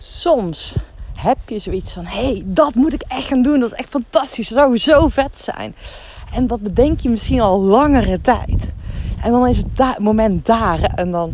soms heb je zoiets van, hey, dat moet ik echt gaan doen. Dat is echt fantastisch. Dat zou zo vet zijn. En dat bedenk je misschien al langere tijd. En dan is het moment daar. En dan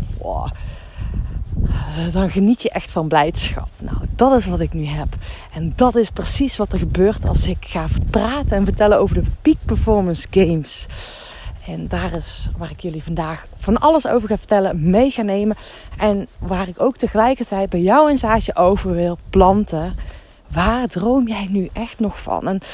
geniet je echt van blijdschap. Nou, dat is wat ik nu heb. En dat is precies wat er gebeurt als ik ga praten en vertellen over de Peak Performance Games. En daar is waar ik jullie vandaag van alles over ga vertellen, mee ga nemen. En waar ik ook tegelijkertijd bij jou een zaadje over wil planten. Waar droom jij nu echt nog van? En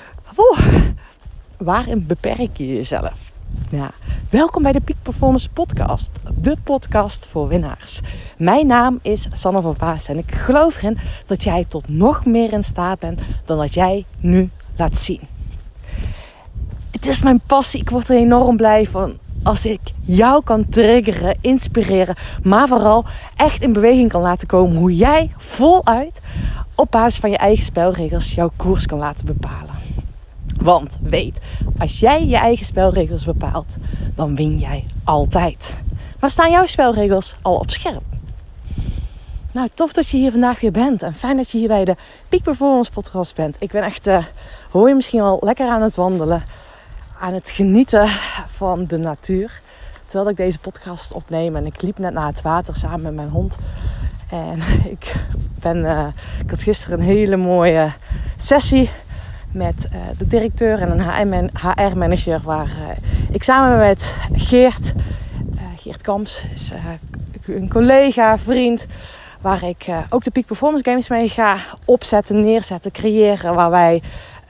waarin beperk je jezelf? Ja. Welkom bij de Peak Performance Podcast. De podcast voor winnaars. Mijn naam is Sanne van Paas en ik geloof erin dat jij tot nog meer in staat bent dan dat jij nu laat zien. Het is mijn passie. Ik word er enorm blij van als ik jou kan triggeren, inspireren, maar vooral echt in beweging kan laten komen hoe jij voluit op basis van je eigen spelregels jouw koers kan laten bepalen. Want weet, als jij je eigen spelregels bepaalt, dan win jij altijd. Maar staan jouw spelregels al op scherp? Nou, tof dat je hier vandaag weer bent. En fijn dat je hier bij de Peak Performance Podcast bent. Ik ben echt, hoor je misschien al, lekker aan het wandelen. Aan het genieten van de natuur. Terwijl ik deze podcast opneem. En ik liep net naar het water samen met mijn hond. En ik had gisteren een hele mooie sessie met de directeur en een HR-manager. Waar ik samen met Geert Kamps, is een collega, vriend. Waar ik ook de Peak Performance Games mee ga opzetten, neerzetten, creëren. Waar wij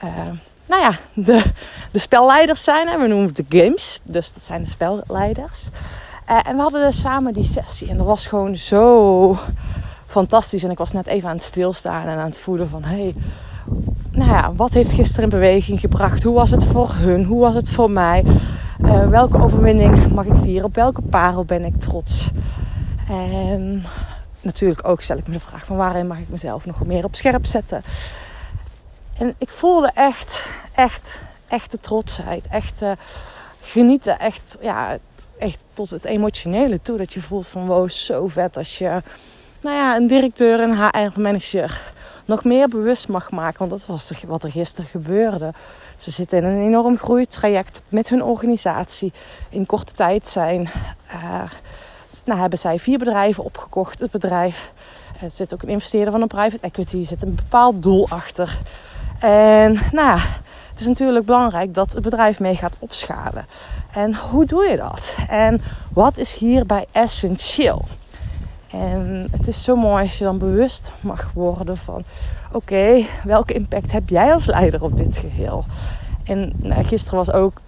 de spelleiders zijn. We noemen het de games. Dus dat zijn de spelleiders. En we hadden dus samen die sessie. En dat was gewoon zo fantastisch. En ik was net even aan het stilstaan en aan het voelen van... wat heeft gisteren in beweging gebracht? Hoe was het voor hun? Hoe was het voor mij? Welke overwinning mag ik vieren? Op welke parel ben ik trots? En natuurlijk ook stel ik me de vraag van waarin mag ik mezelf nog meer op scherp zetten? En ik voelde echt de trotsheid. Echt genieten. Echt tot het emotionele toe. Dat je voelt van wow, zo vet als je een directeur en HR-manager nog meer bewust mag maken. Want dat was wat er gisteren gebeurde. Ze zitten in een enorm groeitraject met hun organisatie. In korte tijd hebben zij 4 bedrijven opgekocht. Het bedrijf. Er zit ook een investeerder van een private equity. Er zit een bepaald doel achter. En het is natuurlijk belangrijk dat het bedrijf mee gaat opschalen. En hoe doe je dat? En wat is hierbij essentieel? En het is zo mooi als je dan bewust mag worden van... Oké, welke impact heb jij als leider op dit geheel? En gisteren was ook...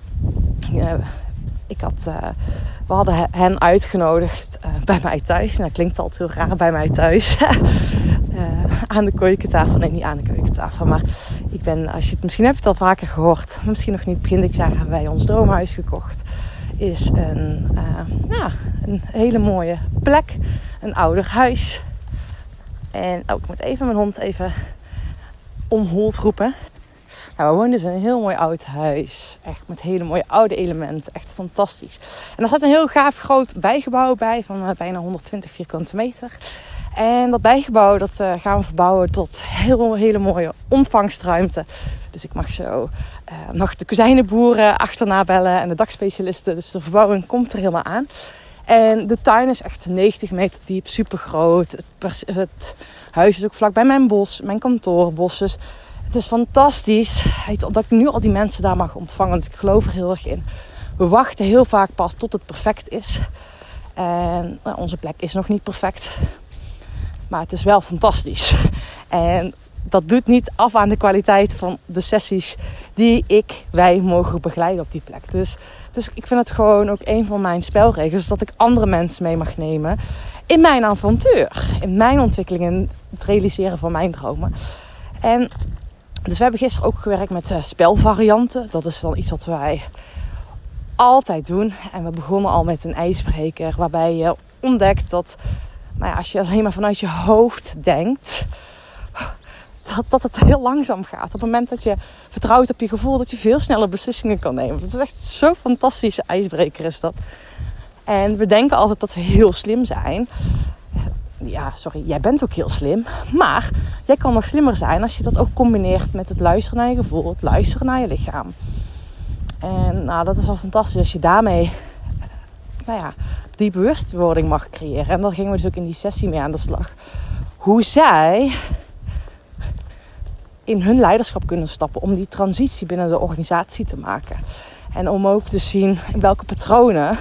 we hadden hen uitgenodigd bij mij thuis. Nou, klinkt altijd heel raar, bij mij thuis. Aan de keukentafel. Nee, niet aan de keukentafel. Maar als je het misschien hebt al vaker gehoord. Maar misschien nog niet. Begin dit jaar hebben wij ons droomhuis gekocht. Is een hele mooie plek. Een ouder huis. En ik moet even mijn hond omhoog roepen. We wonen dus in een heel mooi oud huis. Echt met hele mooie oude elementen. Echt fantastisch. En er staat een heel gaaf groot bijgebouw bij. Van bijna 120 vierkante meter. En dat bijgebouw gaan we verbouwen tot hele mooie ontvangstruimte. Dus ik mag zo nog de kozijnenboeren achterna bellen. En de dakspecialisten. Dus de verbouwing komt er helemaal aan. En de tuin is echt 90 meter diep. Super groot. Het huis is ook vlakbij mijn bos. Mijn kantoorbos. Dus het is fantastisch dat ik nu al die mensen daar mag ontvangen. Want ik geloof er heel erg in. We wachten heel vaak pas tot het perfect is. En onze plek is nog niet perfect. Maar het is wel fantastisch. En dat doet niet af aan de kwaliteit van de sessies die wij mogen begeleiden op die plek. Dus ik vind het gewoon ook een van mijn spelregels. Dat ik andere mensen mee mag nemen in mijn avontuur. In mijn ontwikkeling. In het realiseren van mijn dromen. En dus we hebben gisteren ook gewerkt met spelvarianten. Dat is dan iets wat wij altijd doen. En we begonnen al met een ijsbreker. Waarbij je ontdekt dat als je alleen maar vanuit je hoofd denkt, dat het heel langzaam gaat. Op het moment dat je vertrouwt op je gevoel, dat je veel sneller beslissingen kan nemen. Dat is echt zo'n fantastische ijsbreker is dat. En we denken altijd dat we heel slim zijn. jij bent ook heel slim. Maar jij kan nog slimmer zijn als je dat ook combineert met het luisteren naar je gevoel. Het luisteren naar je lichaam. En dat is al fantastisch als je daarmee die bewustwording mag creëren. En daar gingen we dus ook in die sessie mee aan de slag. Hoe zij in hun leiderschap kunnen stappen om die transitie binnen de organisatie te maken. En om ook te zien in welke patronen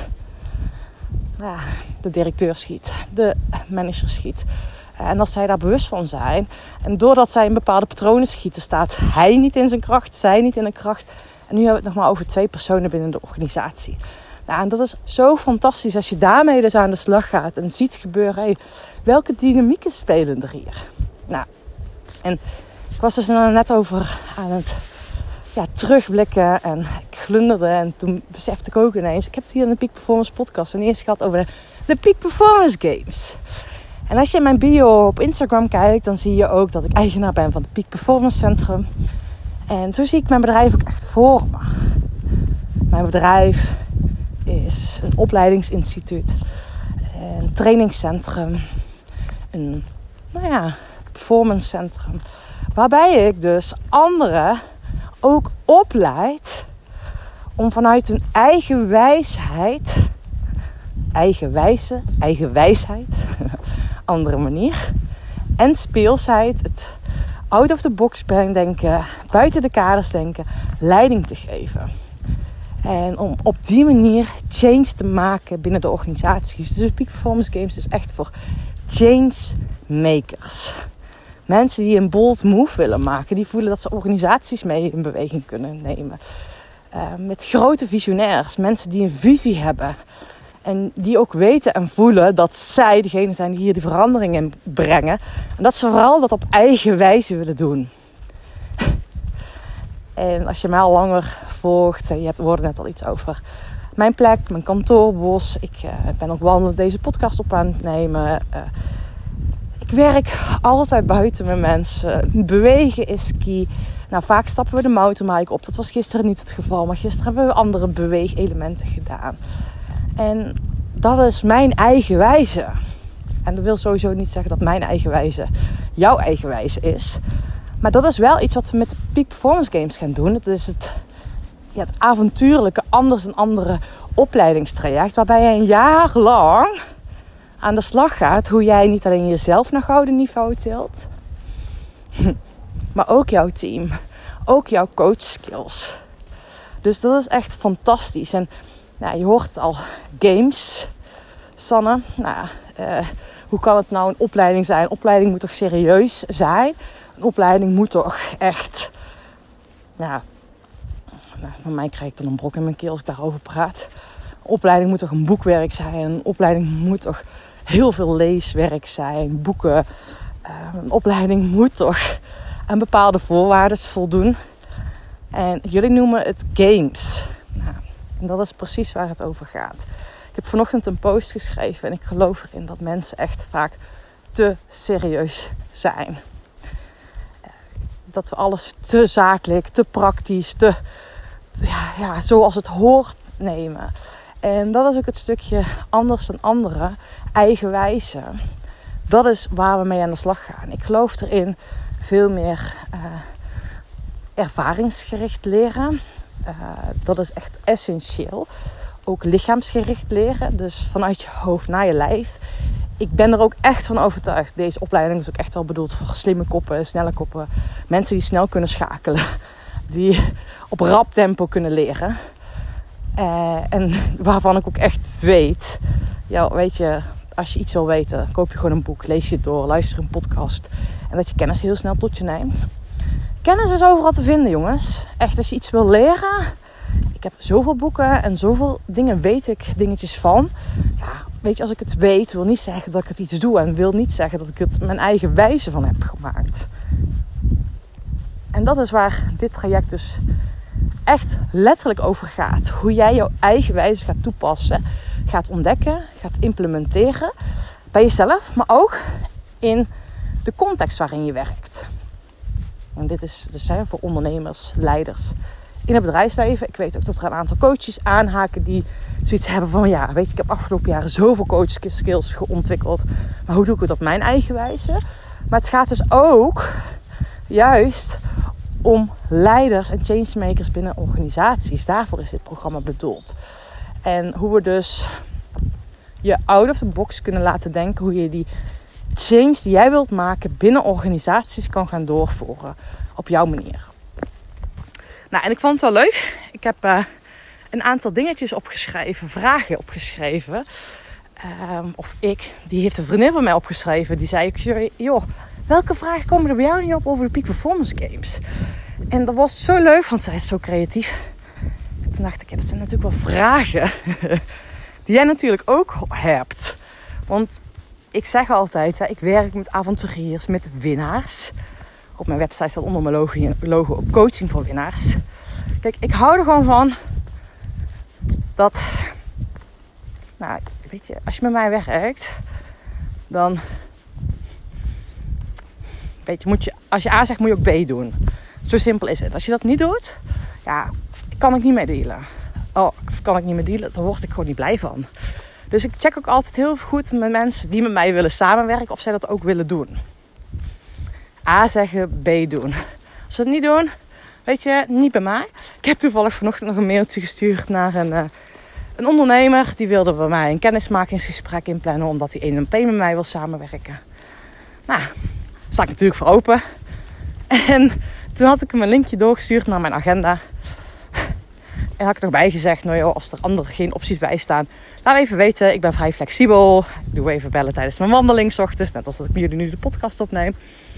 de directeur schiet, de manager schiet. En dat zij daar bewust van zijn. En doordat zij in bepaalde patronen schieten, staat hij niet in zijn kracht, zij niet in de kracht. En nu hebben we het nog maar over 2 personen binnen de organisatie. En dat is zo fantastisch als je daarmee dus aan de slag gaat en ziet gebeuren, welke dynamieken spelen er hier? En ik was dus net over aan het terugblikken en ik glunderde en toen besefte ik ook ineens, ik heb het hier in de Peak Performance podcast en eerst gehad over de Peak Performance Games. En als je in mijn bio op Instagram kijkt, dan zie je ook dat ik eigenaar ben van het Peak Performance Centrum. En zo zie ik mijn bedrijf ook echt voor me. Mijn bedrijf is een opleidingsinstituut, een trainingscentrum, een performance centrum. Waarbij ik dus anderen ook opleid om vanuit hun eigen wijsheid, andere manier, en speelsheid, het out of the box denken, buiten de kaders denken, leiding te geven. En om op die manier change te maken binnen de organisaties. Dus de Peak Performance Games is echt voor change makers. Mensen die een bold move willen maken. Die voelen dat ze organisaties mee in beweging kunnen nemen. Met grote visionairs. Mensen die een visie hebben. En die ook weten en voelen dat zij degene zijn die hier de verandering in brengen. En dat ze vooral dat op eigen wijze willen doen. En als je mij al langer volgt, en je hoorde net al iets over mijn plek, mijn kantoorbos. Ik ben ook wandelend deze podcast op aan het nemen. Ik werk altijd buiten met mensen. Bewegen is key. Vaak stappen we de mountainbike op. Dat was gisteren niet het geval, maar gisteren hebben we andere beweegelementen gedaan. En dat is mijn eigen wijze. En dat wil sowieso niet zeggen dat mijn eigen wijze jouw eigen wijze is. Maar dat is wel iets wat we met de Peak Performance Games gaan doen. Het is het avontuurlijke, anders dan andere opleidingstraject. Waarbij je een jaar lang aan de slag gaat. Hoe jij niet alleen jezelf naar gouden niveau tilt. Maar ook jouw team. Ook jouw coach skills. Dus dat is echt fantastisch. En je hoort het al. Games. Sanne. Hoe kan het nou een opleiding zijn? Een opleiding moet toch serieus zijn? Een opleiding moet toch echt... van mij krijg ik dan een brok in mijn keel als ik daarover praat. Een opleiding moet toch een boekwerk zijn? Een opleiding moet toch heel veel leeswerk zijn? Boeken. Een opleiding moet toch aan bepaalde voorwaarden voldoen? En jullie noemen het games. En dat is precies waar het over gaat. Ik heb vanochtend een post geschreven en ik geloof erin dat mensen echt vaak te serieus zijn. Dat we alles te zakelijk, te praktisch, te zoals het hoort nemen. En dat is ook het stukje anders dan anderen, eigenwijze. Dat is waar we mee aan de slag gaan. Ik geloof erin veel meer ervaringsgericht leren. Dat is echt essentieel. Ook lichaamsgericht leren. Dus vanuit je hoofd naar je lijf. Ik ben er ook echt van overtuigd. Deze opleiding is ook echt wel bedoeld voor slimme koppen, snelle koppen. Mensen die snel kunnen schakelen. Die op rap tempo kunnen leren. En waarvan ik ook echt weet. Weet je, als je iets wil weten, koop je gewoon een boek. Lees je het door, luister een podcast. En dat je kennis heel snel tot je neemt. Kennis is overal te vinden, jongens. Echt, als je iets wil leren. Ik heb zoveel boeken en zoveel dingen weet ik dingetjes van. Weet je, als ik het weet, wil niet zeggen dat ik het iets doe. En wil niet zeggen dat ik het mijn eigen wijze van heb gemaakt. En dat is waar dit traject dus echt letterlijk over gaat. Hoe jij jouw eigen wijze gaat toepassen. Gaat ontdekken, gaat implementeren. Bij jezelf, maar ook in de context waarin je werkt. En dit is dus voor ondernemers, leiders in het bedrijfsleven. Ik weet ook dat er een aantal coaches aanhaken die zoiets hebben van... ja, weet je, ik heb afgelopen jaren zoveel coachskills ontwikkeld. Maar hoe doe ik het op mijn eigen wijze? Maar het gaat dus ook juist om leiders en changemakers binnen organisaties. Daarvoor is dit programma bedoeld. En hoe we dus je out of the box kunnen laten denken. Hoe je die change die jij wilt maken binnen organisaties kan gaan doorvoeren. Op jouw manier. Nou, en ik vond het wel leuk. Ik heb een aantal dingetjes opgeschreven. Vragen opgeschreven. Die heeft een vriendin van mij opgeschreven. Die zei, joh, welke vragen komen er bij jou niet op over de Peak Performance Games? En dat was zo leuk, want zij is zo creatief. Toen dacht ik, dat zijn natuurlijk wel vragen die jij natuurlijk ook hebt. Want ik zeg altijd, ik werk met avonturiers, met winnaars. Op mijn website staat onder mijn logo op coaching voor winnaars. Kijk, ik hou er gewoon van dat... Nou, weet je, als je met mij werkt, dan... Weet je, als je A zegt, moet je ook B doen. Zo simpel is het. Als je dat niet doet, ja, kan ik niet mee dealen. Kan ik niet mee dealen, dan word ik gewoon niet blij van. Dus ik check ook altijd heel goed met mensen die met mij willen samenwerken of zij dat ook willen doen. A zeggen, B doen. Als ze het niet doen, weet je, niet bij mij. Ik heb toevallig vanochtend nog een mailtje gestuurd naar een ondernemer. Die wilde bij mij een kennismakingsgesprek inplannen omdat hij 1-op-1 met mij wil samenwerken. Nou, daar sta ik natuurlijk voor open. En toen had ik hem een linkje doorgestuurd naar mijn agenda. En had ik nog bij gezegd, nou joh, als er andere geen opties bij staan, laat me even weten. Ik ben vrij flexibel. Ik doe even bellen tijdens mijn wandeling 's ochtends. Net als dat ik met jullie nu de podcast opneem.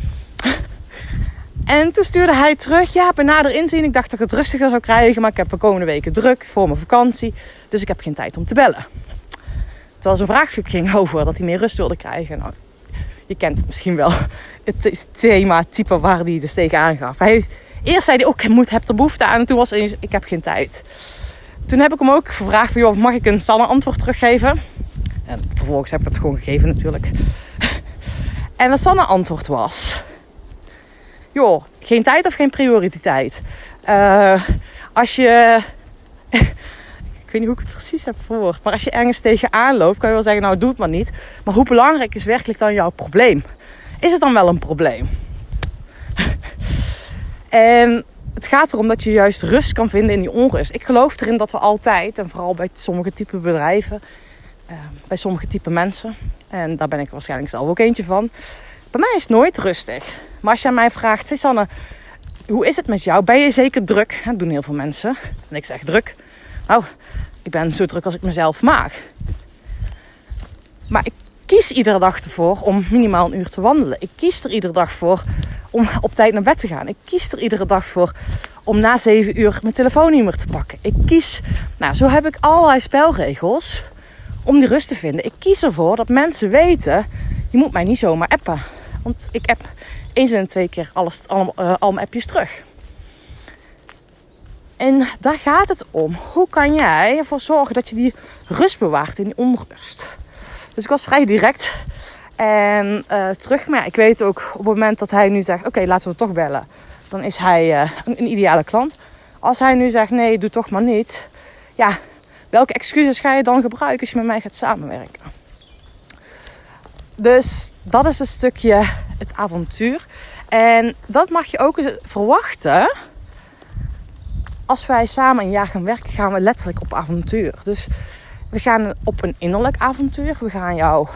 En toen stuurde hij terug. Ja, bij nader inzien. Ik dacht dat ik het rustiger zou krijgen. Maar ik heb de komende weken druk voor mijn vakantie. Dus ik heb geen tijd om te bellen. Terwijl zijn vraag ging over dat hij meer rust wilde krijgen. Nou, je kent het misschien wel. Het thema, type waar hij dus tegen aangaf. Eerst zei hij, ik heb er behoefte aan. En toen was het eens, ik heb geen tijd. Toen heb ik hem ook gevraagd van, joh, mag ik een Sanne antwoord teruggeven? En vervolgens heb ik dat gewoon gegeven natuurlijk. En het Sanne antwoord was... Joh, geen tijd of geen prioriteit? Als je... ik weet niet hoe ik het precies heb verwoord. Maar als je ergens tegenaan loopt, kan je wel zeggen, nou doe het maar niet. Maar hoe belangrijk is werkelijk dan jouw probleem? Is het dan wel een probleem? En het gaat erom dat je juist rust kan vinden in die onrust. Ik geloof erin dat we altijd, en vooral bij sommige type bedrijven, bij sommige type mensen, en daar ben ik waarschijnlijk zelf ook eentje van. Bij mij is het nooit rustig. Maar als je aan mij vraagt, Sanne, hoe is het met jou? Ben je zeker druk? Dat doen heel veel mensen. En ik zeg druk. Nou, ik ben zo druk als ik mezelf maak. Maar ik kies iedere dag ervoor om minimaal 1 uur te wandelen. Ik kies er iedere dag voor om op tijd naar bed te gaan. Ik kies er iedere dag voor om na 7 uur mijn telefoon niet meer te pakken. Ik kies, zo heb ik allerlei spelregels om die rust te vinden. Ik kies ervoor dat mensen weten, je moet mij niet zomaar appen. Want ik app 1 en 2 keer al mijn appjes terug. En daar gaat het om. Hoe kan jij ervoor zorgen dat je die rust bewaart in die onrust? Dus ik was vrij direct en terug. Maar ja, ik weet ook op het moment dat hij nu zegt, oké, laten we toch bellen. Dan is hij een ideale klant. Als hij nu zegt, nee, doe toch maar niet. Ja, welke excuses ga je dan gebruiken als je met mij gaat samenwerken? Dus dat is een stukje het avontuur. En dat mag je ook verwachten. Als wij samen een jaar gaan werken, gaan we letterlijk op avontuur. Dus we gaan op een innerlijk avontuur. Ik ga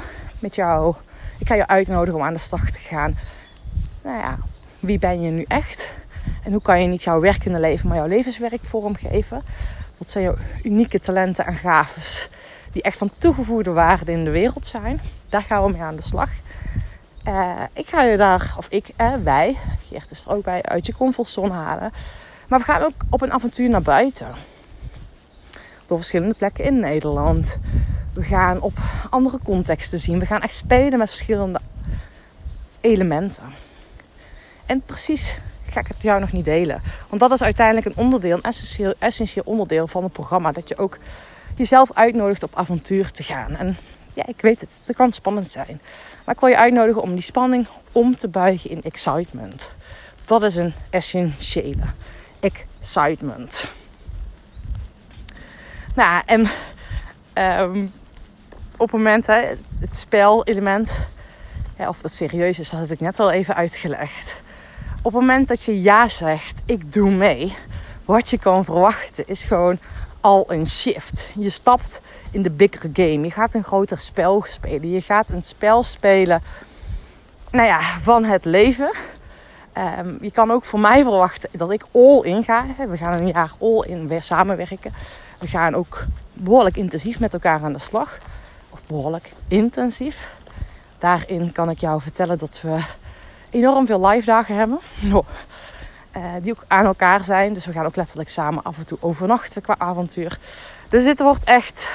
je uitnodigen om aan de slag te gaan. Nou ja, wie ben je nu echt? En hoe kan je niet jouw werkende leven, maar jouw levenswerk vormgeven? Wat zijn jouw unieke talenten en gaves die echt van toegevoegde waarde in de wereld zijn? Daar gaan we mee aan de slag. Ik ga je daar, wij, Geert is er ook bij, uit je comfortzone halen. Maar we gaan ook op een avontuur naar buiten. Door verschillende plekken in Nederland. We gaan op andere contexten zien. We gaan echt spelen met verschillende elementen. En precies ga ik het jou nog niet delen. Want dat is uiteindelijk een onderdeel, een essentieel onderdeel van het programma. Dat je ook jezelf uitnodigt op avontuur te gaan. En ja, ik weet het kan spannend zijn. Maar ik wil je uitnodigen om die spanning om te buigen in excitement. Dat is een essentiële. excitement. Nou, en op het moment, het spelelement, of dat serieus is, dat heb ik net al even uitgelegd. Op het moment dat je ja zegt, ik doe mee, wat je kan verwachten is gewoon al een shift. Je stapt in de bigger game. Je gaat een groter spel spelen. Je gaat een spel spelen van het leven. Je kan ook voor mij verwachten dat ik all in ga. We gaan een jaar all in weer samenwerken. We gaan ook behoorlijk intensief met elkaar aan de slag. Of behoorlijk intensief. Daarin kan ik jou vertellen dat we enorm veel live dagen hebben. Die ook aan elkaar zijn. Dus we gaan ook letterlijk samen af en toe overnachten qua avontuur. Dus dit wordt echt...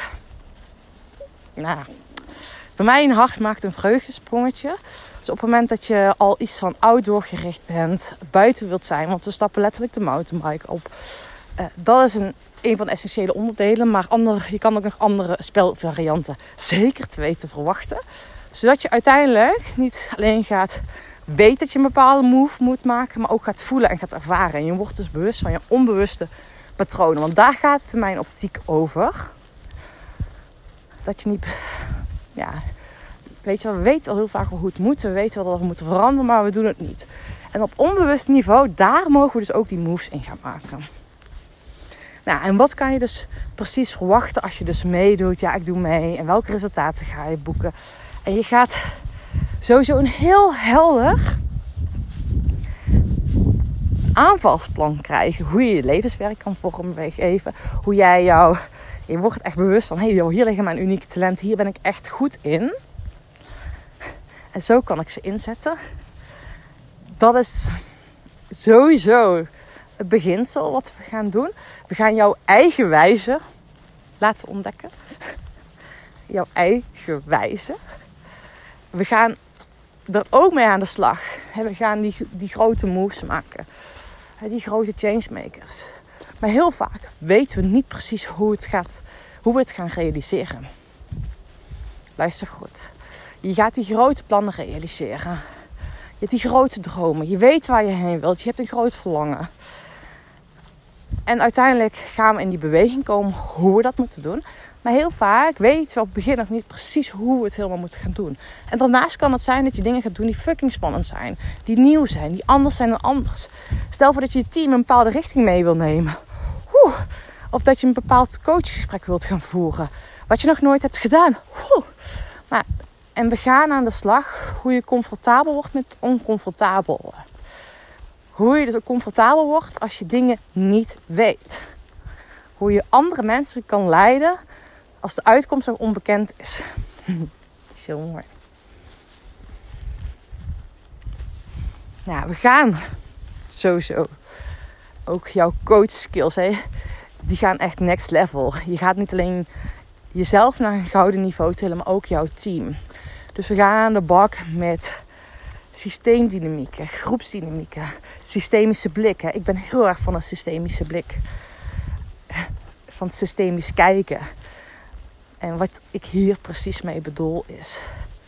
bij mij in hart maakt een vreugdesprongetje. Dus op het moment dat je al iets van outdoor gericht bent, buiten wilt zijn, want we stappen letterlijk de mountainbike op. Dat is een van de essentiële onderdelen. Maar je kan ook nog andere spelvarianten zeker te weten verwachten. Zodat je uiteindelijk niet alleen gaat weten dat je een bepaalde move moet maken, maar ook gaat voelen en gaat ervaren. En je wordt dus bewust van je onbewuste patronen. Want daar gaat het in mijn optiek over. Dat je niet... weet je wel, we weten al heel vaak hoe het moet. We weten wel dat we moeten veranderen, maar we doen het niet. En op onbewust niveau, daar mogen we dus ook die moves in gaan maken. Nou, en wat kan je dus precies verwachten als je dus meedoet? Ja, ik doe mee. En welke resultaten ga je boeken? En je gaat sowieso een heel helder aanvalsplan krijgen. Hoe je je levenswerk kan vormgeven. Hoe jij je wordt echt bewust van, hier liggen mijn unieke talenten. Hier ben ik echt goed in. En zo kan ik ze inzetten. Dat is sowieso het beginsel wat we gaan doen. We gaan jouw eigen wijze laten ontdekken. Jouw eigen wijze. We gaan er ook mee aan de slag. We gaan die grote moves maken. Die grote changemakers. Maar heel vaak weten we niet precies hoe we het gaan realiseren. Luister goed. Je gaat die grote plannen realiseren. Je hebt die grote dromen. Je weet waar je heen wilt. Je hebt een groot verlangen. En uiteindelijk gaan we in die beweging komen hoe we dat moeten doen. Maar heel vaak weten we op het begin nog niet precies hoe we het helemaal moeten gaan doen. En daarnaast kan het zijn dat je dingen gaat doen die fucking spannend zijn. Die nieuw zijn, die anders zijn dan anders. Stel voor dat je je team een bepaalde richting mee wil nemen. Of dat je een bepaald coachgesprek wilt gaan voeren. Wat je nog nooit hebt gedaan. En we gaan aan de slag hoe je comfortabel wordt met oncomfortabel. Hoe je dus ook comfortabel wordt als je dingen niet weet. Hoe je andere mensen kan leiden als de uitkomst nog onbekend is. Dat is heel mooi. We gaan sowieso ook jouw coach skills, die gaan echt next level. Je gaat niet alleen jezelf naar een gouden niveau tillen, maar ook jouw team. Dus we gaan aan de bak met systeemdynamieken, groepsdynamieken, systemische blik. Ik ben heel erg van een systemische blik. Van systemisch kijken. En wat ik hier precies mee bedoel is...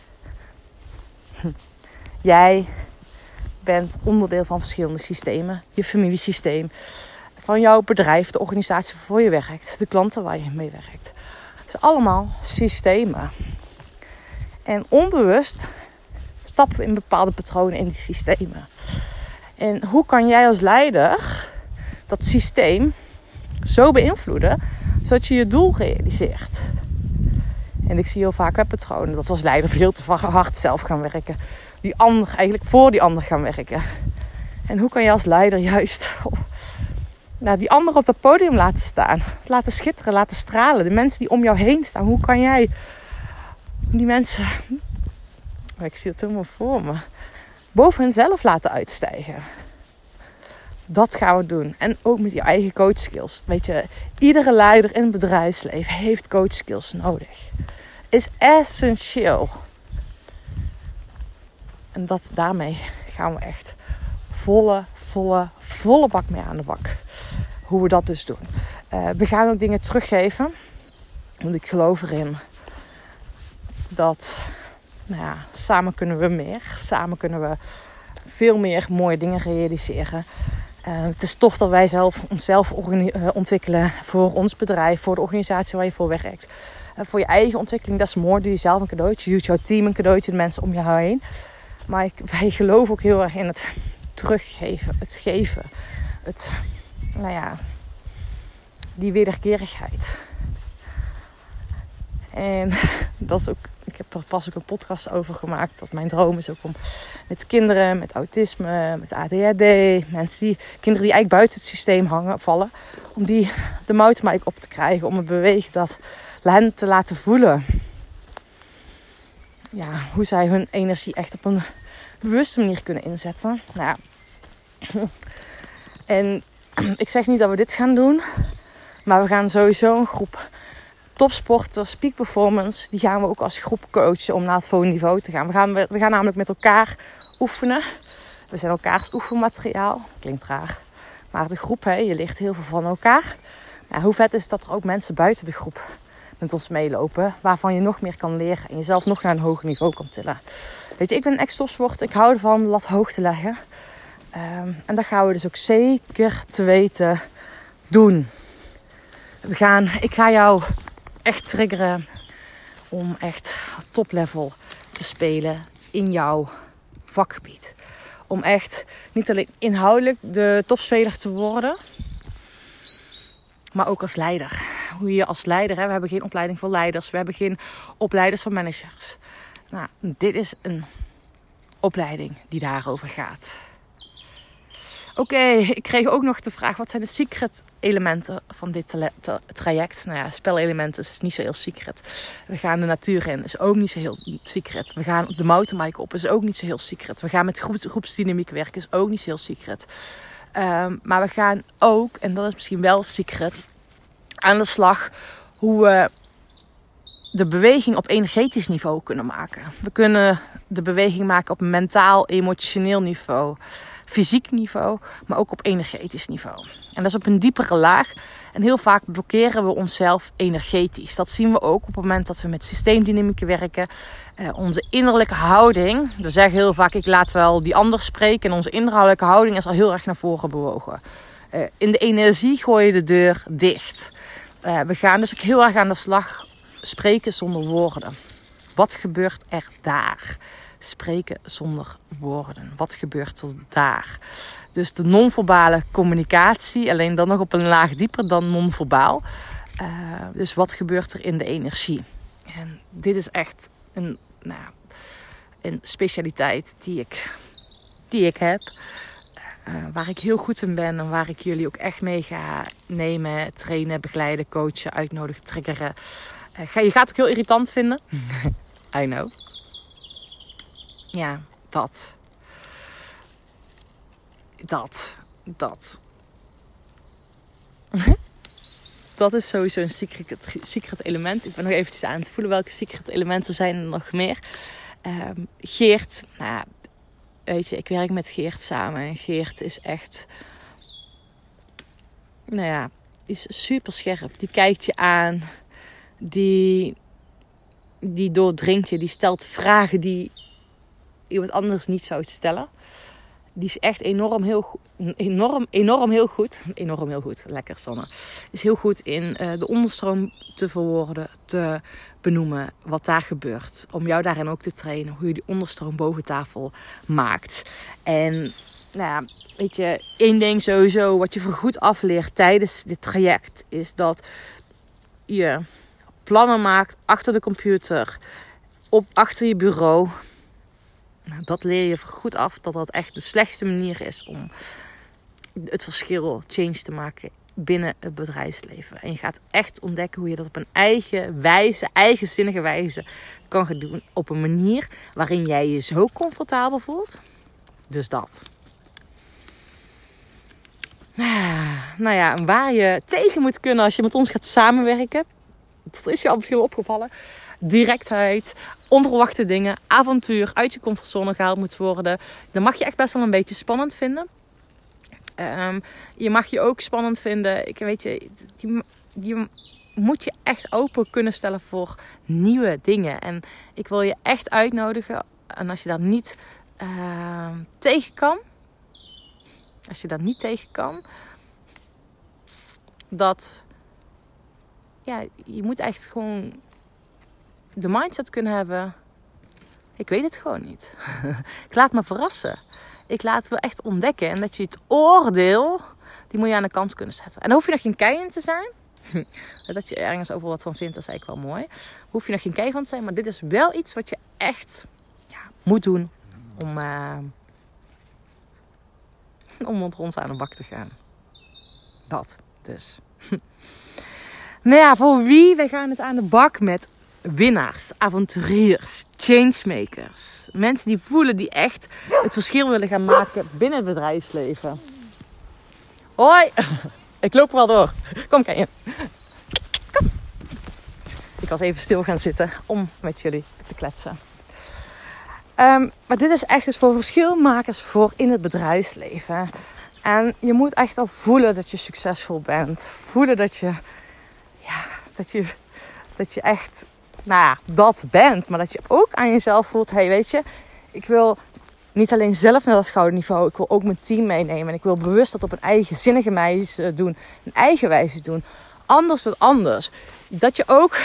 Jij bent onderdeel van verschillende systemen. Je familiesysteem. Van jouw bedrijf, de organisatie waarvoor je werkt. De klanten waar je mee werkt. Het zijn allemaal systemen. En onbewust stappen we in bepaalde patronen in die systemen. En hoe kan jij als leider dat systeem zo beïnvloeden, zodat je je doel realiseert? En ik zie heel vaak webpatronen dat we als leider veel te hard zelf gaan werken. Die ander eigenlijk voor die ander gaan werken. En hoe kan je als leider juist die ander op dat podium laten staan? Laten schitteren, laten stralen. De mensen die om jou heen staan. Hoe kan jij die mensen... Ik zie het helemaal voor me. Boven hunzelf laten uitstijgen. Dat gaan we doen. En ook met je eigen coach skills. Weet je, iedere leider in het bedrijfsleven heeft coach skills nodig. Is essentieel. En daarmee gaan we echt volle bak mee aan de bak. Hoe we dat dus doen. We gaan ook dingen teruggeven. Want ik geloof erin dat samen kunnen we meer. Samen kunnen we veel meer mooie dingen realiseren. Het is tof dat wij onszelf ontwikkelen voor ons bedrijf, voor de organisatie waar je voor werkt. Voor je eigen ontwikkeling, dat is mooi. Doe je zelf een cadeautje, doe je jouw team een cadeautje, de mensen om je heen. Maar wij geloven ook heel erg in het teruggeven, het geven. Die wederkerigheid. En dat is ook, ik heb er pas ook een podcast over gemaakt. Dat mijn droom is ook om met kinderen, met autisme, met ADHD, kinderen die eigenlijk buiten het systeem vallen, om die de mountainbike op te krijgen, om het bewegen dat hen te laten voelen. Ja, hoe zij hun energie echt op een bewuste manier kunnen inzetten. Nou ja. En ik zeg niet dat we dit gaan doen, maar we gaan sowieso een groep topsporters, peak performance, die gaan we ook als groep coachen om naar het volgende niveau te gaan. We gaan namelijk met elkaar oefenen. We zijn elkaars oefenmateriaal. Klinkt raar. Maar de groep, je leert heel veel van elkaar. Ja, hoe vet is dat er ook mensen buiten de groep met ons meelopen, waarvan je nog meer kan leren en jezelf nog naar een hoger niveau kan tillen. Weet je, ik ben een ex-topsporter. Ik hou ervan om de lat hoog te leggen. En dat gaan we dus ook zeker te weten doen. Ik ga jou echt triggeren om echt top level te spelen in jouw vakgebied. Om echt niet alleen inhoudelijk de topspeler te worden, maar ook als leider. Hoe je als leider, we hebben geen opleiding voor leiders, we hebben geen opleiders voor managers. Nou, dit is een opleiding die daarover gaat. Oké, ik kreeg ook nog de vraag, wat zijn de secret elementen van dit traject? Nou ja, spelelementen is niet zo heel secret. We gaan de natuur in, is ook niet zo heel secret. We gaan de mountainbike op, is ook niet zo heel secret. We gaan met groepsdynamiek werken, is ook niet zo heel secret. Maar we gaan ook, en dat is misschien wel secret, aan de slag hoe we de beweging op energetisch niveau kunnen maken. We kunnen de beweging maken op mentaal, emotioneel niveau, fysiek niveau, maar ook op energetisch niveau. En dat is op een diepere laag. En heel vaak blokkeren we onszelf energetisch. Dat zien we ook op het moment dat we met systeemdynamieken werken. Onze innerlijke houding. We zeggen heel vaak, ik laat wel die ander spreken. En onze innerlijke houding is al heel erg naar voren bewogen. In de energie gooi je de deur dicht. We gaan dus ook heel erg aan de slag spreken zonder woorden. Wat gebeurt er daar? Spreken zonder woorden. Wat gebeurt er daar? Dus de non-verbale communicatie, alleen dan nog op een laag dieper dan non-verbaal. Dus wat gebeurt er in de energie? En dit is echt een specialiteit die ik heb. Waar ik heel goed in ben en waar ik jullie ook echt mee ga nemen, trainen, begeleiden, coachen, uitnodigen, triggeren. Je gaat het ook heel irritant vinden. I know. Ja, dat. Dat is sowieso een secret element. Ik ben nog eventjes aan het voelen welke secret elementen zijn er nog meer. Geert, weet je, ik werk met Geert samen. En Geert is echt, is super scherp. Die kijkt je aan. Die doordringt je. Die stelt vragen die iemand anders niet zou stellen. Die is echt enorm heel goed. Lekker, Sanne. Is heel goed in de onderstroom te verwoorden, te benoemen wat daar gebeurt. Om jou daarin ook te trainen. Hoe je die onderstroom boven tafel maakt. En weet je, één ding sowieso wat je voorgoed afleert tijdens dit traject is dat je plannen maakt achter de computer, achter je bureau. Dat leer je goed af dat dat echt de slechtste manier is om het verschil, change te maken binnen het bedrijfsleven. En je gaat echt ontdekken hoe je dat op een eigenzinnige wijze kan gaan doen. Op een manier waarin jij je zo comfortabel voelt. Dus dat. Waar je tegen moet kunnen als je met ons gaat samenwerken. Dat is je al misschien opgevallen. Directheid, onverwachte dingen, avontuur, uit je comfortzone gehaald moet worden. Dan mag je echt best wel een beetje spannend vinden. Je mag je ook spannend vinden. Je moet je echt open kunnen stellen voor nieuwe dingen. En ik wil je echt uitnodigen. En als je daar niet tegen kan, als je daar niet tegen kan, dat je moet echt gewoon de mindset kunnen hebben. Ik weet het gewoon niet. Ik laat me verrassen. Ik laat me echt ontdekken. En dat je het oordeel, die moet je aan de kant kunnen zetten. En dan hoef je nog geen kei in te zijn. Dat je ergens over wat van vindt, dat is eigenlijk wel mooi. Hoef je nog geen kei van te zijn. Maar dit is wel iets wat je echt moet doen om rond ons aan de bak te gaan. Dat dus. Nou ja, voor wie? Wij gaan het aan de bak met winnaars, avonturiers, changemakers. Mensen die voelen, die echt het verschil willen gaan maken binnen het bedrijfsleven. Hoi! Ik loop er wel door. Kom, Kenje. Kom. Ik was even stil gaan zitten om met jullie te kletsen. Maar dit is echt dus voor verschilmakers voor in het bedrijfsleven. En je moet echt al voelen dat je succesvol bent. Voelen dat je echt, dat bent. Maar dat je ook aan jezelf voelt, hey, weet je, ik wil niet alleen zelf naar dat schouderniveau, ik wil ook mijn team meenemen. En ik wil bewust dat op een eigenzinnige wijze doen. Een eigen wijze doen. Anders dan anders. Dat je ook,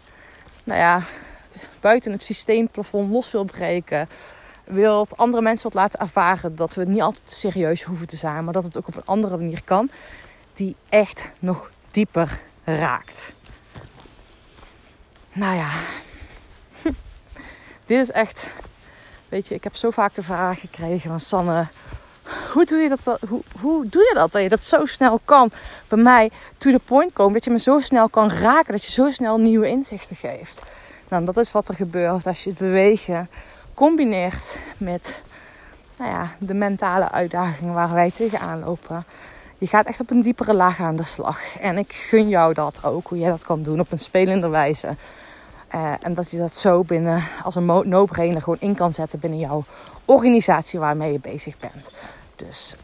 buiten het systeemplafond los wil breken. Wilt andere mensen wat laten ervaren dat we het niet altijd te serieus hoeven te zijn. Maar dat het ook op een andere manier kan. Die echt nog dieper raakt. Nou ja. Dit is echt. Weet je, ik heb zo vaak de vraag gekregen van Sanne. Hoe doe je dat? Dat je dat zo snel kan. Bij mij to the point komen. Dat je me zo snel kan raken. Dat je zo snel nieuwe inzichten geeft. Nou, dat is wat er gebeurt als je het bewegen combineert met de mentale uitdagingen waar wij tegenaan lopen. Je gaat echt op een diepere laag aan de slag. En ik gun jou dat ook. Hoe jij dat kan doen op een spelende wijze. En dat je dat zo binnen als een no-brainer gewoon in kan zetten binnen jouw organisatie waarmee je bezig bent. Dus,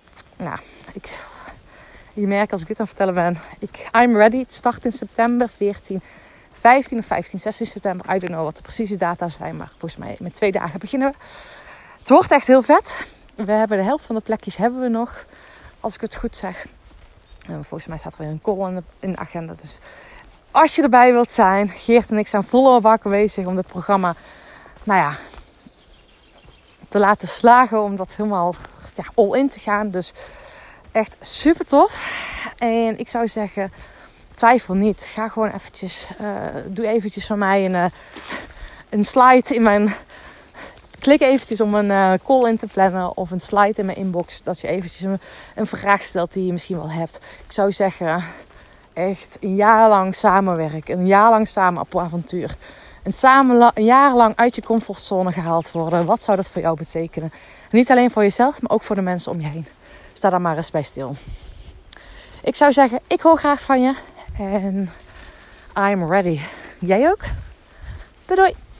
je merkt als ik dit aan het vertellen ben. I'm ready. Het start in september 15 of 16 september. I don't know wat de precieze data zijn. Maar volgens mij met 2 dagen beginnen we. Het wordt echt heel vet. We hebben de helft van de plekjes hebben we nog. Als ik het goed zeg. Volgens mij staat er weer een call in de agenda. Dus als je erbij wilt zijn. Geert en ik zijn volle bak bezig om het programma te laten slagen. Om dat helemaal all in te gaan. Dus echt super tof. En ik zou zeggen, twijfel niet. Ga gewoon eventjes, doe eventjes van mij een slide in mijn. Klik eventjes om een call in te plannen of een slide in mijn inbox. Dat je eventjes een vraag stelt die je misschien wel hebt. Ik zou zeggen, echt een jaar lang samenwerken. Een jaar lang samen op avontuur. Een jaar lang uit je comfortzone gehaald worden. Wat zou dat voor jou betekenen? Niet alleen voor jezelf, maar ook voor de mensen om je heen. Sta daar maar eens bij stil. Ik zou zeggen, ik hoor graag van je. En I'm ready. Jij ook? Doei doei!